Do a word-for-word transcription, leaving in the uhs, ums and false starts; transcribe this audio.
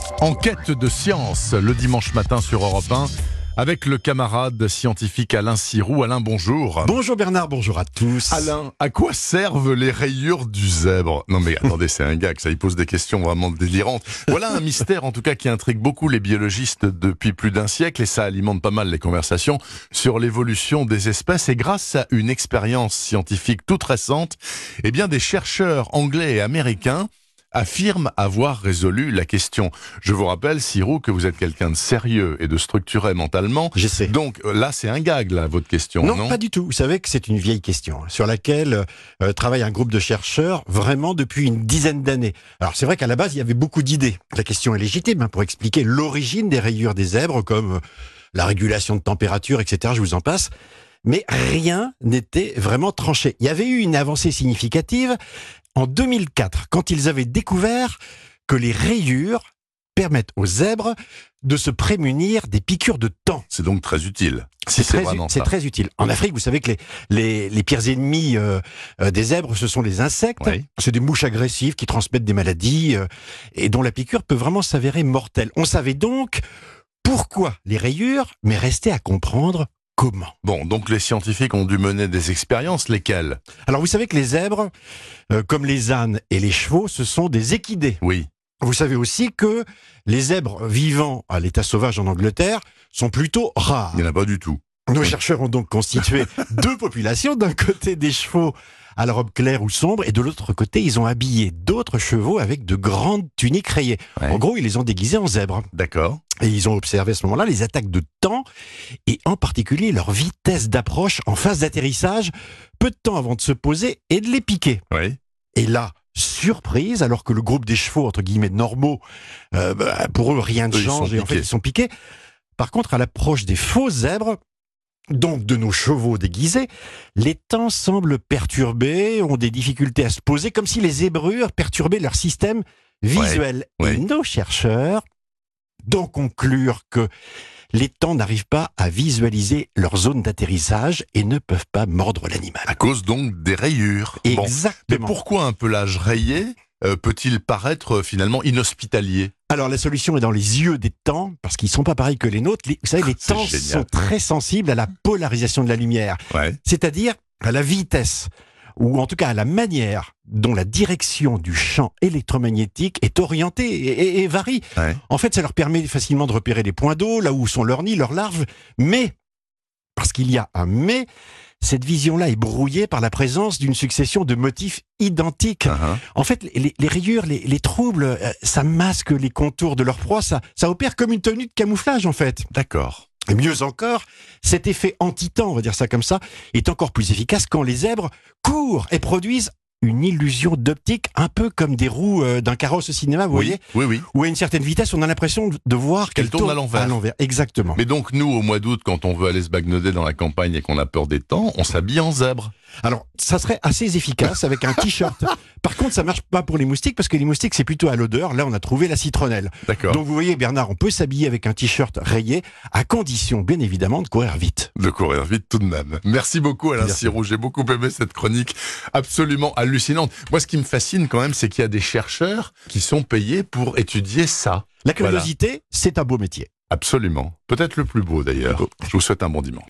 Enquête de science, le dimanche matin sur Europe un, avec le camarade scientifique Alain Sirou. Alain, bonjour. Bonjour Bernard, bonjour à tous. Alain, à quoi servent les rayures du zèbre? Non mais attendez, c'est un gag, ça, il pose des questions vraiment délirantes. Voilà un mystère en tout cas qui intrigue beaucoup les biologistes depuis plus d'un siècle, et ça alimente pas mal les conversations sur l'évolution des espèces. Et grâce à une expérience scientifique toute récente, eh bien des chercheurs anglais et américains affirme avoir résolu la question. Je vous rappelle, Sirou, que vous êtes quelqu'un de sérieux et de structuré mentalement. J'essaie. Donc là, c'est un gag, là, votre question, non? Non, pas du tout. Vous savez que c'est une vieille question, sur laquelle euh, travaille un groupe de chercheurs vraiment depuis une dizaine d'années. Alors c'est vrai qu'à la base, il y avait beaucoup d'idées. La question est légitime hein, pour expliquer l'origine des rayures des zèbres, comme euh, la régulation de température, et cetera. Je vous en passe. Mais rien n'était vraiment tranché. Il y avait eu une avancée significative en deux mille quatre, quand ils avaient découvert que les rayures permettent aux zèbres de se prémunir des piqûres de taon. C'est donc très utile. Si C'est c'est très, vraiment c'est ça. très utile. En Afrique, vous savez que les, les, les pires ennemis euh, euh, des zèbres, ce sont les insectes. Oui. C'est des mouches agressives qui transmettent des maladies euh, et dont la piqûre peut vraiment s'avérer mortelle. On savait donc pourquoi les rayures, mais restait à comprendre comment. Bon, donc les scientifiques ont dû mener des expériences, lesquelles? Alors vous savez que les zèbres, euh, comme les ânes et les chevaux, ce sont des équidés. Oui. Vous savez aussi que les zèbres vivant à l'état sauvage en Angleterre sont plutôt rares. Il n'y en a pas du tout. Nos chercheurs ont donc constitué deux populations. D'un côté des chevaux à la robe claire ou sombre, et de l'autre côté, ils ont habillé d'autres chevaux avec de grandes tuniques rayées. Ouais. En gros, ils les ont déguisés en zèbres. D'accord. Et ils ont observé à ce moment-là les attaques de taon, et en particulier leur vitesse d'approche en phase d'atterrissage, peu de temps avant de se poser et de les piquer. Oui. Et là, surprise, alors que le groupe des chevaux, entre guillemets, normaux, euh, bah, pour eux, rien ne Eux, ils change, sont et en fait, piqués. ils sont piqués. Par contre, à l'approche des faux zèbres, donc de nos chevaux déguisés, les temps semblent perturbés, ont des difficultés à se poser, comme si les zébrures perturbaient leur système visuel. Ouais, ouais. Et nos chercheurs d'en conclure que les temps n'arrivent pas à visualiser leur zone d'atterrissage et ne peuvent pas mordre l'animal. À cause donc des rayures. Bon. Mais Exactement. pourquoi un pelage rayé euh, peut-il paraître euh, finalement inhospitalier? Alors la solution est dans les yeux des taons, parce qu'ils ne sont pas pareils que les nôtres. Les- vous savez, les C'est taons génial. sont très sensibles à la polarisation de la lumière, Ouais. c'est-à-dire à la vitesse, ou en tout cas à la manière dont la direction du champ électromagnétique est orientée et, et- et varie. Ouais. En fait, ça leur permet facilement de repérer les points d'eau, là où sont leurs nids, leurs larves, mais, parce qu'il y a un mais, cette vision-là est brouillée par la présence d'une succession de motifs identiques. Uh-huh. En fait, les, les rayures, les, les troubles, euh, ça masque les contours de leur proie, ça, ça opère comme une tenue de camouflage en fait. D'accord. Et mieux encore, cet effet anti-temps, on va dire ça comme ça, est encore plus efficace quand les zèbres courent et produisent une illusion d'optique, un peu comme des roues euh, d'un carrosse au cinéma, vous Oui, voyez, oui, oui. où à une certaine vitesse, on a l'impression de voir Qu'elle qu'elle tourne à l'envers. À l'envers, exactement. Mais donc nous, au mois d'août, quand on veut aller se bagnoder dans la campagne et qu'on a peur des temps, on s'habille en zèbre. Alors, ça serait assez efficace avec un t-shirt. Par contre, ça marche pas pour les moustiques, parce que les moustiques, c'est plutôt à l'odeur. Là, on a trouvé la citronnelle. D'accord. Donc, vous voyez, Bernard, on peut s'habiller avec un t-shirt rayé, à condition, bien évidemment, de courir vite. De courir vite tout de même. Merci beaucoup Alain Merci. Sirou, j'ai beaucoup aimé cette chronique absolument hallucinante. Moi, ce qui me fascine quand même, c'est qu'il y a des chercheurs qui sont payés pour étudier ça. La Voilà. curiosité, c'est un beau métier. Absolument. Peut-être le plus beau d'ailleurs. Je vous souhaite un bon dimanche.